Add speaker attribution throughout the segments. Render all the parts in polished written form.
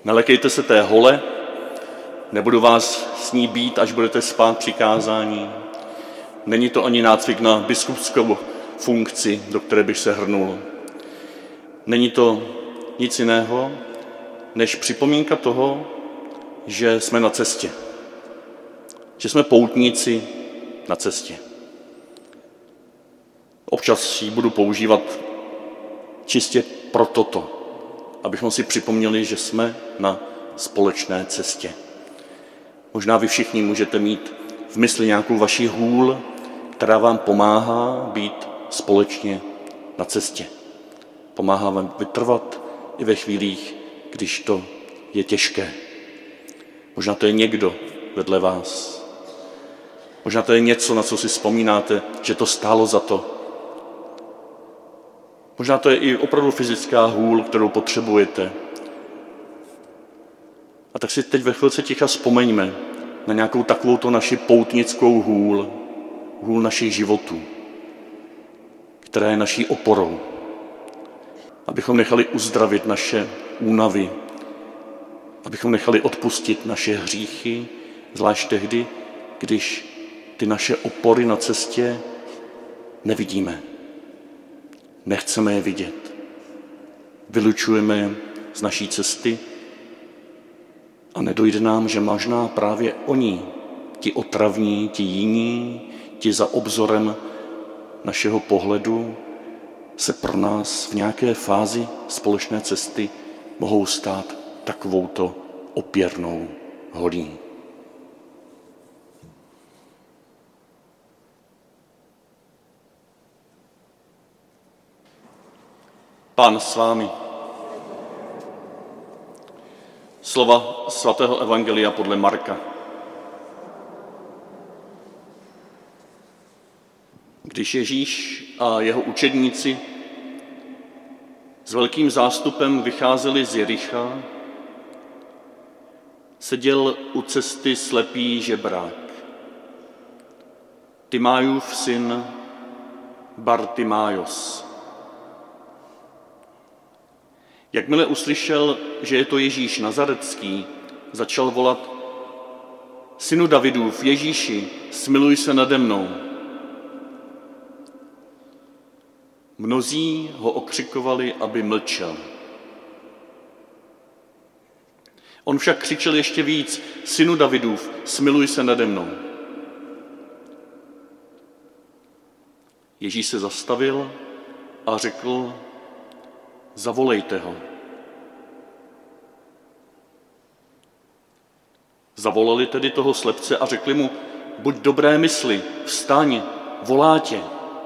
Speaker 1: Nelekejte se té hole, nebudu vás s ní bít, až budete spát přikázání. Není to ani nácvik na biskupskou funkci, do které bych se hrnul. Není to nic jiného, než připomínka toho, že jsme na cestě. Že jsme poutníci na cestě. Občas ji budu používat čistě pro toto, abychom si připomněli, že jsme na společné cestě. Možná vy všichni můžete mít v mysli nějakou vaši hůl, která vám pomáhá být společně na cestě. Pomáhá vám vytrvat i ve chvílích, když to je těžké. Možná to je někdo vedle vás. Možná to je něco, na co si vzpomínáte, že to stálo za to. Možná to je i opravdu fyzická hůl, kterou potřebujete. A tak si teď ve chvilce ticha vzpomeňme na nějakou takovouto naši poutnickou hůl našich životů, která je naší oporou. Abychom nechali uzdravit naše únavy, abychom nechali odpustit naše hříchy, zvlášť tehdy, když ty naše opory na cestě nevidíme. Nechceme je vidět. Vylučujeme je z naší cesty a nedojde nám, že možná právě oni, ti otravní, ti jiní, ti za obzorem našeho pohledu, se pro nás v nějaké fázi společné cesty mohou stát takovouto opěrnou holí. Pán s vámi. Slova svatého evangelia podle Marka. Když Ježíš a jeho učedníci s velkým zástupem vycházeli z Jericha, seděl u cesty slepý žebrák. Timájův syn Bartimájos. Jakmile uslyšel, že je to Ježíš Nazaretský, začal volat: Synu Davidův, Ježíši, smiluj se nade mnou. Mnozí ho okřikovali, aby mlčel. On však křičel ještě víc: Synu Davidův, smiluj se nade mnou. Ježíš se zastavil a řekl: Zavolejte ho. Zavolali tedy toho slepce a řekli mu: Buď dobré mysli, vstaň, volá tě.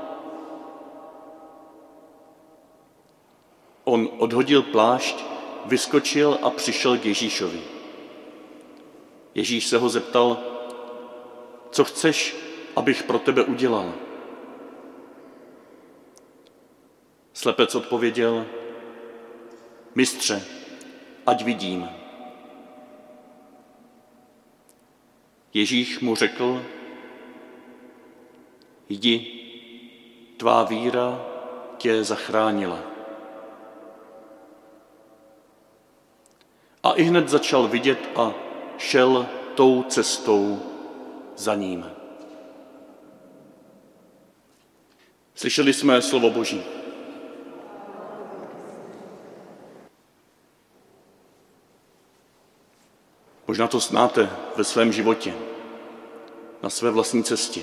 Speaker 1: On odhodil plášť, vyskočil a přišel k Ježíšovi. Ježíš se ho zeptal: Co chceš, abych pro tebe udělal? Slepec odpověděl: Mistře, ať vidím. Ježíš mu řekl: Jdi, tvá víra tě zachránila. A ihned začal vidět a šel tou cestou za ním. Slyšeli jsme slovo Boží. Možná to znáte ve svém životě, na své vlastní cestě.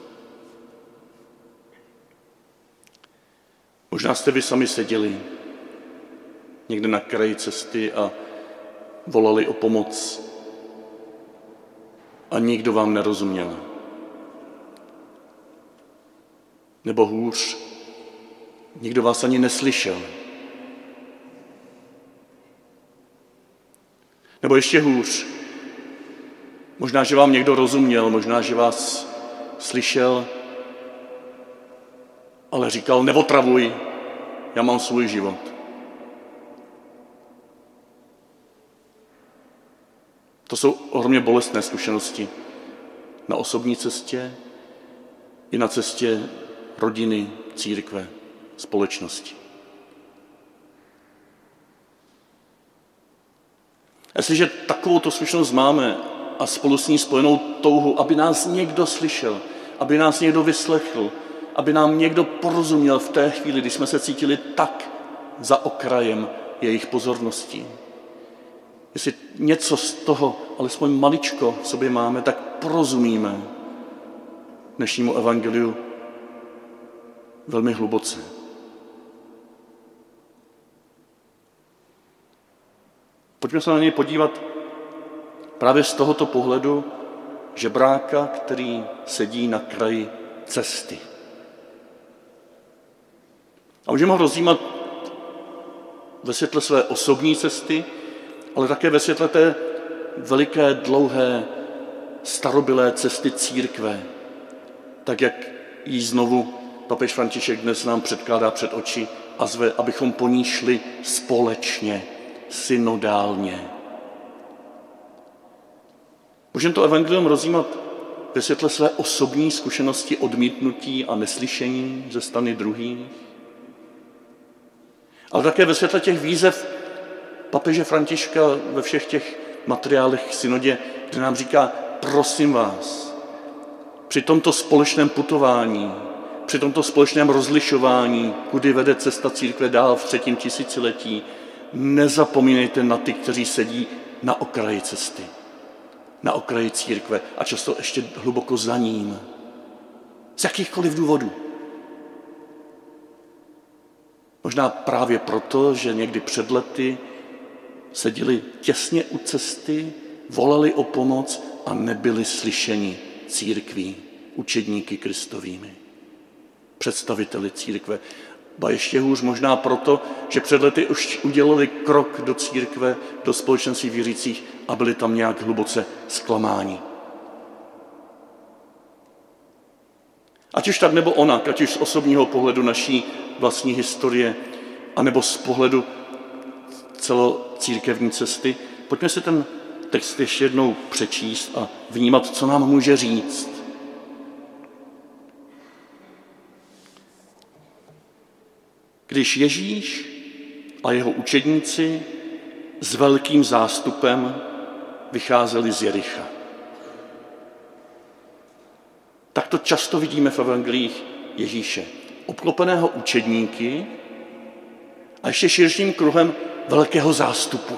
Speaker 1: Možná jste vy sami seděli někde na kraji cesty a volali o pomoc a nikdo vám nerozuměl. Nebo hůř, nikdo vás ani neslyšel. Nebo ještě hůř, možná, že vám někdo rozuměl, možná, že vás slyšel, ale říkal: Neotravuj, já mám svůj život. To jsou ohromně bolestné zkušenosti na osobní cestě i na cestě rodiny, církve, společnosti. Jestliže takovouto zkušenost máme a spolu s ní spojenou touhu, aby nás někdo slyšel, aby nás někdo vyslechl, aby nám někdo porozuměl v té chvíli, kdy jsme se cítili tak za okrajem jejich pozornosti. Jestli něco z toho, alespoň maličko v sobě máme, tak porozumíme dnešnímu evangeliu velmi hluboce. Pojďme se na něj podívat právě z tohoto pohledu žebráka, který sedí na kraji cesty. A můžeme ho rozjímat ve světle své osobní cesty, ale také ve světle té veliké, dlouhé, starobylé cesty církve, tak jak ji znovu papež František dnes nám předkládá před oči a zve, abychom po ní šli společně, synodálně. Můžeme to evangelium rozjímat ve světle své osobní zkušenosti odmítnutí a neslyšení ze strany druhých, ale také ve světle těch výzev papeže Františka ve všech těch materiálech k synodě, kde nám říká, prosím vás, při tomto společném putování, při tomto společném rozlišování, kudy vede cesta církve dál v 3. tisíciletí, nezapomínejte na ty, kteří sedí na okraji cesty, na okraji církve a často ještě hluboko za ním. Z jakýchkoliv důvodů. Možná právě proto, že někdy před lety seděli těsně u cesty, volali o pomoc a nebyli slyšeni církví, učedníky Kristovými, představiteli církve. Ba ještě hůř možná proto, že před lety už udělali krok do církve, do společenství věřících a byli tam nějak hluboce zklamáni. Ať už tak nebo onak, ať už z osobního pohledu naší vlastní historie, anebo z pohledu celocírkevní cesty, pojďme si ten text ještě jednou přečíst a vnímat, co nám může říct. Když Ježíš a jeho učedníci s velkým zástupem vycházeli z Jericha. Tak to často vidíme v evangelích Ježíše. Obklopeného učedníky a ještě širším kruhem velkého zástupu.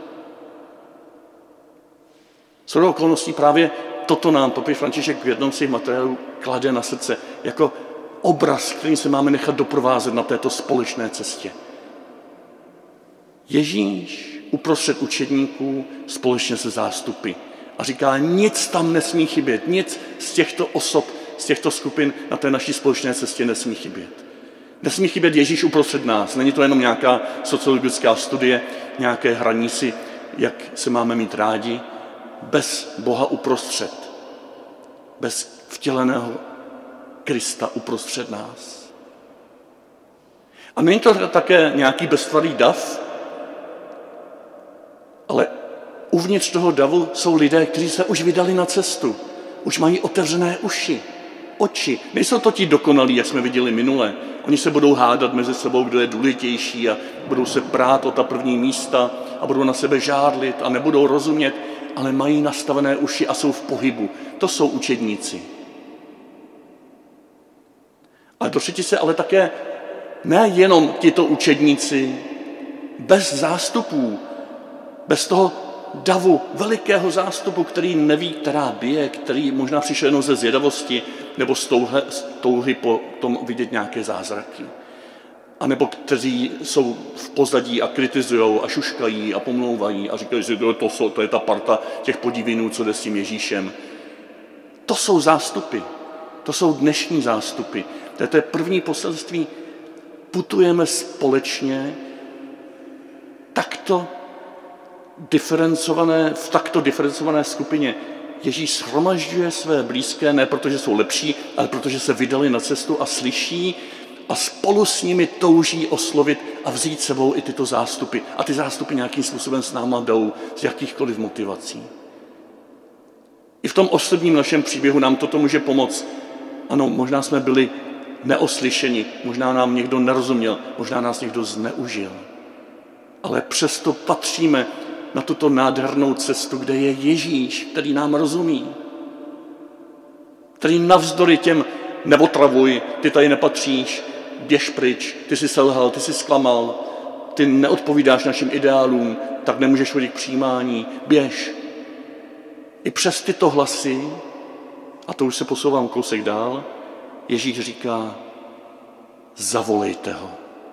Speaker 1: Shodou okolností právě toto nám papež František v jednom z těch materiálů klade na srdce jako obraz, kterým se máme nechat doprovázet na této společné cestě. Ježíš uprostřed učedníků společně se zástupy a říká, nic tam nesmí chybět, nic z těchto osob, z těchto skupin na té naší společné cestě nesmí chybět. Nesmí chybět Ježíš uprostřed nás. Není to jenom nějaká sociologická studie, nějaké hraní si, jak se máme mít rádi, bez Boha uprostřed, bez vtěleného Krista uprostřed nás. A není to také nějaký beztvarý dav, ale uvnitř toho davu jsou lidé, kteří se už vydali na cestu, už mají otevřené uši, oči. Nejsou to ti dokonalí, jak jsme viděli minule. Oni se budou hádat mezi sebou, kdo je důležitější a budou se prát o ta první místa a budou na sebe žádlit a nebudou rozumět, ale mají nastavené uši a jsou v pohybu. To jsou učedníci. A došli se ale také nejenom tito učedníci bez zástupů, bez toho davu, velikého zástupu, který neví, která bije, který možná přišel jenom ze zvědavosti nebo z touhy po tom vidět nějaké zázraky. A nebo kteří jsou v pozadí a kritizujou a šuškají a pomlouvají a říkají, že to je ta parta těch podivinů, co jde s tím Ježíšem. To jsou zástupy. To jsou dnešní zástupy. To je první poselství. Putujeme společně v takto diferencované skupině. Ježíš shromažďuje své blízké, ne protože jsou lepší, ale protože se vydali na cestu a slyší a spolu s nimi touží oslovit a vzít sebou i tyto zástupy. A ty zástupy nějakým způsobem s náma jdou z jakýchkoliv motivací. I v tom osobním našem příběhu nám toto může pomoct. Ano, možná jsme byli neoslyšeni, možná nám někdo nerozuměl, možná nás někdo zneužil. Ale přesto patříme na tuto nádhernou cestu, kde je Ježíš, který nám rozumí, který navzdory těm neotravuj, ty tady nepatříš, běž pryč, ty jsi selhal, ty jsi zklamal, ty neodpovídáš našim ideálům, tak nemůžeš chodit k přijímání, běž. I přes tyto hlasy, a to už se posouvám kousek dál, Ježíš říká, zavolejte ho.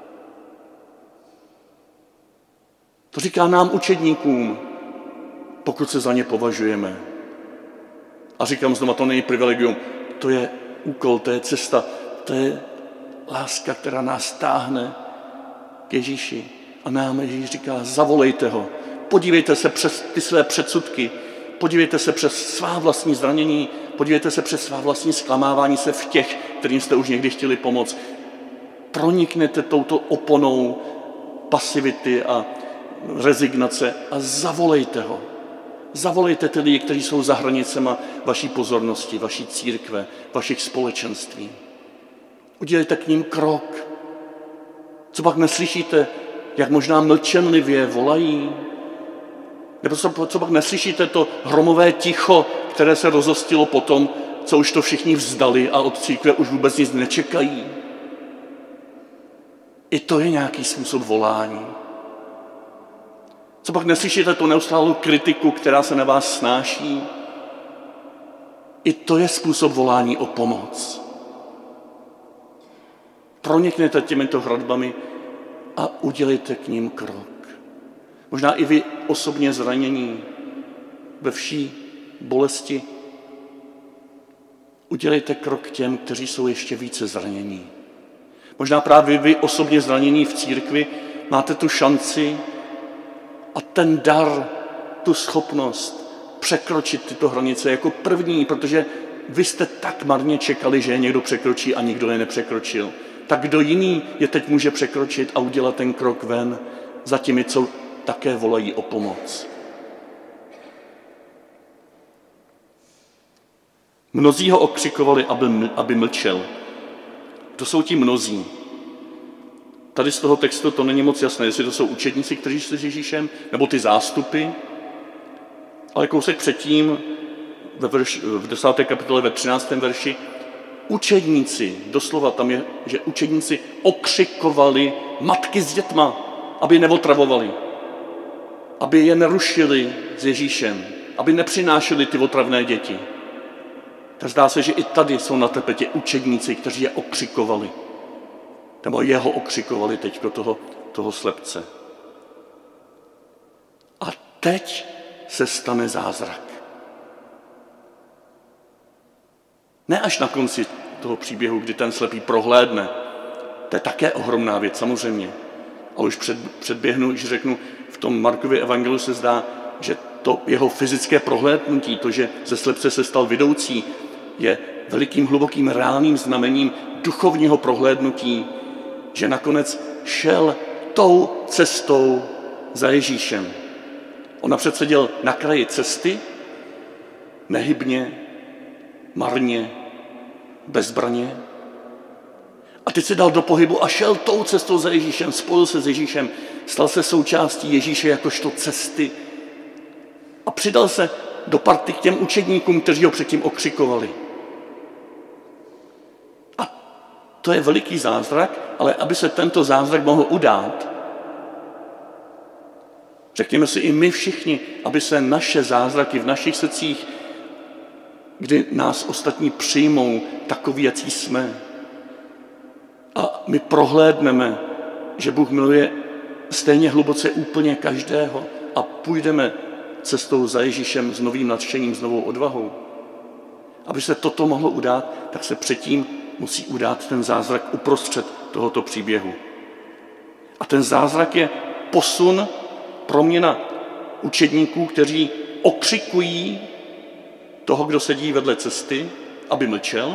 Speaker 1: To říká nám učedníkům, pokud se za ně považujeme. A říkám znova, to není privilegium, to je úkol, to je cesta, to je láska, která nás táhne k Ježíši. A nám Ježíš říká, zavolejte ho. Podívejte se přes ty své předsudky, podívejte se přes svá vlastní zranění, podívejte se přes svá vlastní zklamávání se v těch, kterým jste už někdy chtěli pomoct. Pronikněte touto oponou pasivity a rezignace a zavolejte ho. Zavolejte ty lidi, kteří jsou za hranicema vaší pozornosti, vaší církve, vašich společenství. Udělejte k ním krok. Co pak neslyšíte, jak možná mlčenlivě volají? Nebo co pak neslyšíte to hromové ticho, které se rozhostilo potom, co už to všichni vzdali a od církve už vůbec nic nečekají? I to je nějaký způsob volání. Co pak neslyšíte tu neustálou kritiku, která se na vás snáší? I to je způsob volání o pomoc. Pronikněte těmito hradbami a udělejte k ním krok. Možná i vy osobně zranění, ve vší bolesti. Udělejte krok k těm, kteří jsou ještě více zranění. Možná právě vy osobně zranění v církvi máte tu šanci a ten dar, tu schopnost překročit tyto hranice jako první, protože vy jste tak marně čekali, že je někdo překročí a nikdo je nepřekročil. Tak kdo jiný je teď může překročit a udělat ten krok ven za těmi, co také volají o pomoc. Mnozí ho okřikovali, aby mlčel. To jsou ti mnozí. Tady z toho textu to není moc jasné, jestli to jsou učedníci, kteří šli s Ježíšem, nebo ty zástupy. Ale kousek předtím, v 10. kapitole, ve 13. verši, učedníci, doslova tam je, že učedníci okřikovali matky s dětma, aby neotravovali, aby je nerušili s Ježíšem, aby nepřinášeli ty otravné děti. Tak zdá se, že i tady jsou na tapetě učedníci, kteří je okřikovali. Nebo jeho okřikovali teďko toho slepce. A teď se stane zázrak. Ne až na konci toho příběhu, kdy ten slepý prohlédne. To je také ohromná věc, samozřejmě. A už předběhnu, když řeknu, v tom Markově evangeliu se zdá, že to jeho fyzické prohlédnutí, to, že ze slepce se stal vidoucí, je velikým, hlubokým, reálným znamením duchovního prohlédnutí, že nakonec šel tou cestou za Ježíšem. On napřed seděl na kraji cesty, nehybně, marně, bezbraně. A teď se dal do pohybu a šel tou cestou za Ježíšem, spojil se s Ježíšem, stal se součástí Ježíše jakožto cesty a přidal se do party k těm učedníkům, kteří ho předtím okřikovali. A to je veliký zázrak, ale aby se tento zázrak mohl udát, řekněme si i my všichni, aby se naše zázraky v našich srdcích, kdy nás ostatní přijmou takový, jací jsme, a my prohlédneme, že Bůh miluje stejně hluboce úplně každého a půjdeme cestou za Ježíšem s novým nadšením, s novou odvahou. Aby se toto mohlo udát, tak se předtím musí udát ten zázrak uprostřed tohoto příběhu. A ten zázrak je posun, proměna učedníků, kteří okřikují toho, kdo sedí vedle cesty, aby mlčel,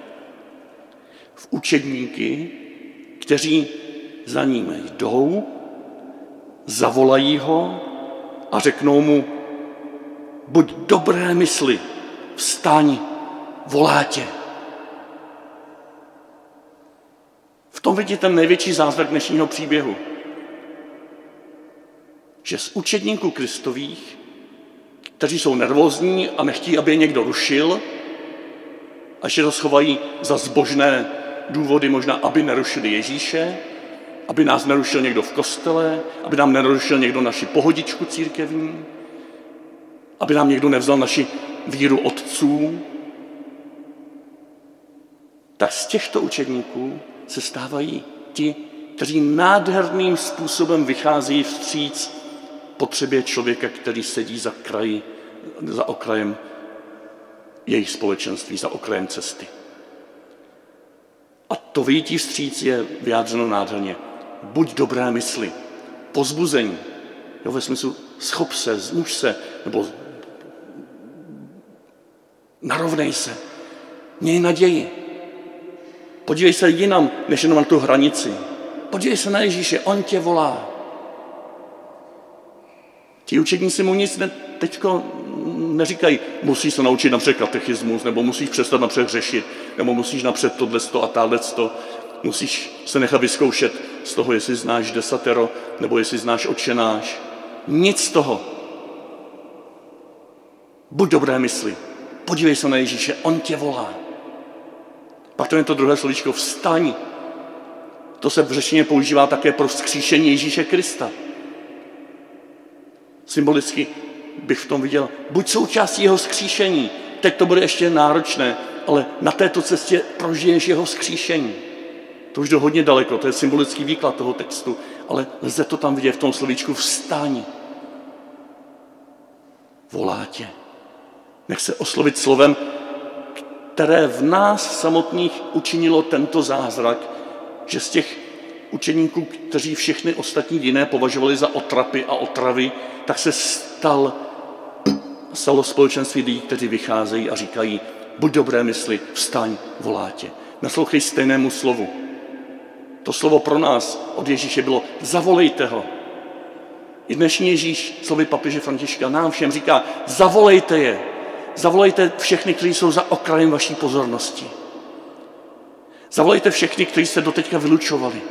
Speaker 1: v učedníky, kteří za ním jdou, zavolají ho a řeknou mu, buď dobré mysli, vstaň, volá tě. V tom vidíte ten největší zázrak dnešního příběhu. že z učedníků Kristových, kteří jsou nervózní a nechtějí, aby je někdo rušil, a že to schovají za zbožné důvody, možná, aby nerušili Ježíše, aby nás nerušil někdo v kostele, aby nám nerušil někdo naši pohodičku církevní, aby nám někdo nevzal naši víru otců. Tak z těchto učedníků se stávají ti, kteří nádherným způsobem vycházejí vstříc potřebě člověka, který sedí za okrajem jejich společenství, za okrajem cesty. A to vyjítí vstříc je vyjádřeno nádherně. Buď dobré mysli, pozbuzení, jo, ve smyslu schop se, zmuž se, nebo narovnej se, měj naději. Podívej se jinam, než jenom na tu hranici. Podívej se na Ježíše, on tě volá. Ti učedníci mu nic teďko neříkají, musíš se naučit napřed katechismus, nebo musíš přestat napřed řešit, nebo musíš napřed tohleto a táhleto, musíš se nechat vyzkoušet z toho, jestli znáš desatero, nebo jestli znáš Otčenáš. Nic z toho. Buď dobré mysli, podívej se na Ježíše, on tě volá. Pak to je to druhé slovíčko, vstaň. To se v řečtině používá také pro vzkříšení Ježíše Krista. Symbolicky bych v tom viděl, buď součástí jeho vzkříšení, teď to bude ještě náročné, ale na této cestě prožiješ jeho vzkříšení. To už jde hodně daleko, to je symbolický výklad toho textu, ale lze to tam vidět v tom slovíčku vstaň. Volá tě. Nech se oslovit slovem, které v nás samotných učinilo tento zázrak, že z těch učeníků, kteří všechny ostatní jiné považovali za otrapy a otravy, tak se stalo společenství lidí, kteří vycházejí a říkají, buď dobré mysli, vstaň, volá tě. Naslouchej stejnému slovu. To slovo pro nás od Ježíše bylo, zavolejte ho. I dnešní Ježíš, slovy papeže Františka, nám všem říká, zavolejte je. Zavolejte všechny, kteří jsou za okrajem vaší pozornosti. Zavolejte všechny, kteří se doteďka vylučovali.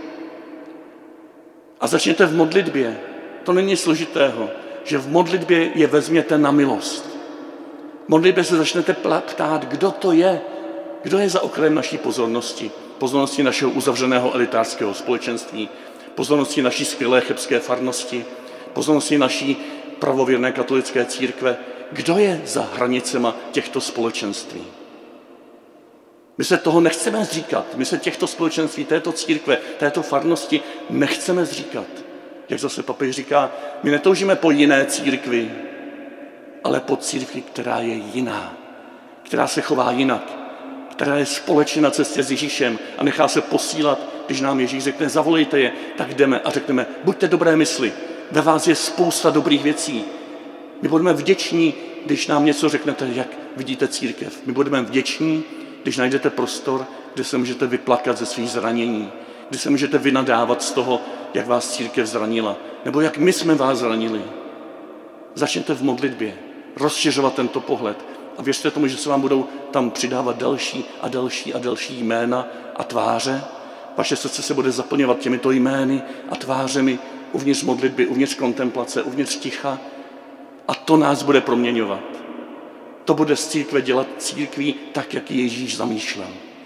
Speaker 1: A začněte v modlitbě. To není složitého, že v modlitbě je vezměte na milost. V modlitbě se začnete ptát, kdo to je, kdo je za okrajem naší pozornosti. Pozornosti našeho uzavřeného elitářského společenství, pozornosti naší skvělé chebské farnosti, pozornosti naší pravověrné katolické církve. Kdo je za hranicema těchto společenství? My se toho nechceme zříkat. My se těchto společenství, této církve, této farnosti nechceme zříkat. Jak zase papež říká, my netoužíme po jiné církvi, ale po církvi, která je jiná, která se chová jinak, která je společně na cestě s Ježíšem a nechá se posílat, když nám Ježíš řekne, zavolejte je, tak jdeme a řekneme, buďte dobré mysli, ve vás je spousta dobrých věcí. My budeme vděční, když nám něco řeknete, jak vidíte církev. My budeme vděční, když najdete prostor, kde se můžete vyplakat ze svých zranění, kde se můžete vynadávat z toho, jak vás církev zranila, nebo jak my jsme vás zranili. Začněte v modlitbě rozšiřovat tento pohled a věřte tomu, že se vám budou tam přidávat další a další a další jména a tváře. Vaše srdce se bude zaplňovat těmito jmény a tvářemi uvnitř modlitby, uvnitř kontemplace, uvnitř ticha a to nás bude proměňovat. To bude z církve dělat církví tak, jak ji Ježíš zamýšlel.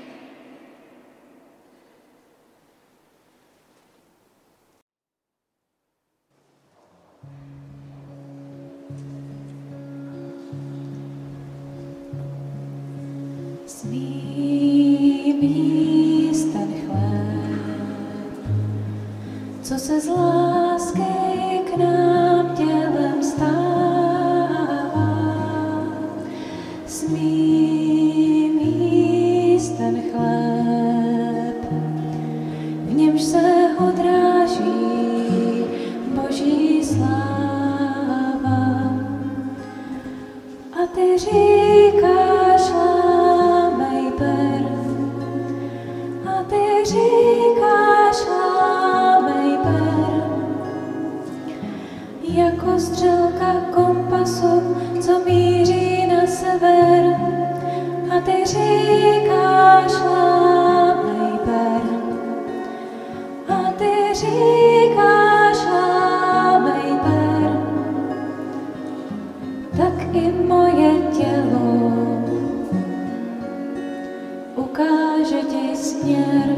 Speaker 2: Svým jísten chléb, co se z lásky k nám tělem stává. Svým jísten chléb, v němž se odráží Boží sláva. A ty říkáš, lámej ber, a ty říkáš, lámej ber, jako střelka kompasu, co míří na sever. A ty říkáš, lámej ber, a ty říkáš, lámej ber, tak i moje tělo ukáže ti směr.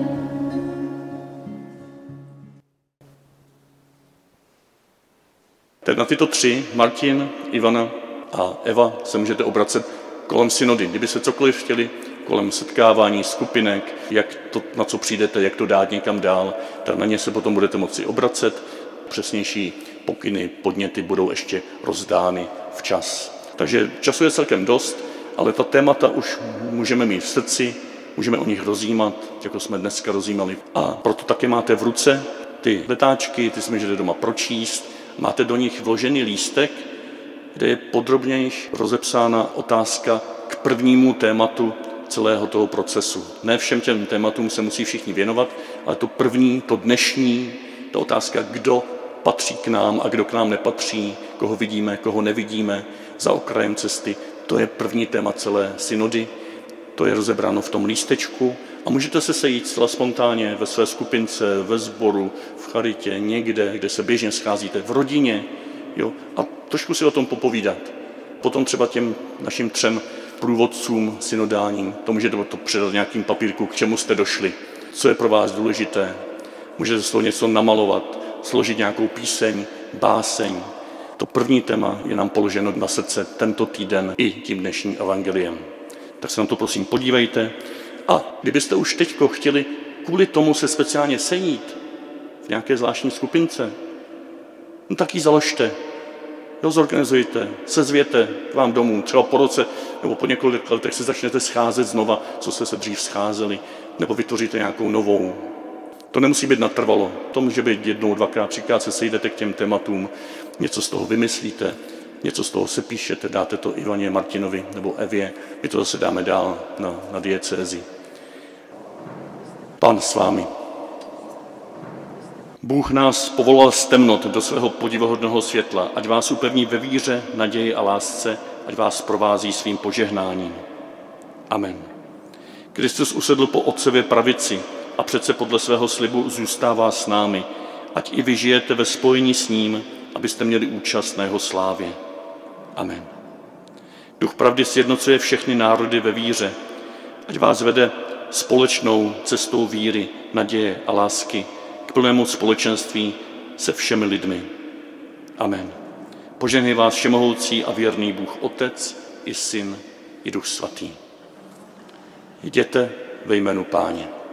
Speaker 1: Tak na tyto tři, Martin, Ivana a Eva, se můžete obracet kolem synody. Kdyby se cokoliv chtěli kolem setkávání skupinek, jak to, na co přijdete, jak to dát někam dál, tak na ně se potom budete moci obracet. Přesnější pokyny, podněty budou ještě rozdány včas. Takže času je celkem dost, ale ta témata už můžeme mít v srdci, můžeme o nich rozjímat, jako jsme dneska rozjímali. A proto taky máte v ruce ty letáčky, ty si můžete doma pročíst. Máte do nich vložený lístek, kde je podrobněji rozepsána otázka k prvnímu tématu celého toho procesu. Ne všem těm tématům se musí všichni věnovat, ale to první, to dnešní, ta otázka, kdo patří k nám a kdo k nám nepatří, koho vidíme, koho nevidíme, za okrajem cesty, to je první téma celé synody, to je rozebráno v tom lístečku a můžete se sejít zcela spontánně ve své skupince, ve sboru, v charitě, někde, kde se běžně scházíte, v rodině, jo, a trošku si o tom popovídat. Potom třeba těm našim 3 průvodcům synodálním, to můžete to předat nějakým papírku, k čemu jste došli, co je pro vás důležité. Můžete z toho něco namalovat, složit nějakou píseň, báseň. To první téma je nám položeno na srdce tento týden i tím dnešním evangeliem. Tak se na to prosím podívejte. A kdybyste už teďko chtěli kvůli tomu se speciálně sejít v nějaké zvláštní skupince, no tak ji založte, jo, zorganizujte, sezvěte k vám domů, třeba po roce nebo po několik letech se začnete scházet znova, co jste se dřív scházeli, nebo vytvoříte nějakou novou. To nemusí být natrvalo, to může být 1, 2krát, 3krát se sejdete k těm tématům, něco z toho vymyslíte, něco z toho sepíšete, dáte to Ivaně, Martinovi nebo Evě, my to zase dáme dál na diecézi. Pán s vámi. Bůh nás povolal z temnot do svého podivuhodného světla, ať vás upevní ve víře, naději a lásce, ať vás provází svým požehnáním. Amen. Kristus usedl po Otcově pravici a přece podle svého slibu zůstává s námi, ať i vy žijete ve spojení s ním, abyste měli účast na jeho slávě. Amen. Duch pravdy sjednocuje všechny národy ve víře, ať vás vede společnou cestou víry, naděje a lásky k plnému společenství se všemi lidmi. Amen. Požehnej vás všemohoucí a věrný Bůh Otec i Syn i Duch Svatý. Jděte ve jménu Páně.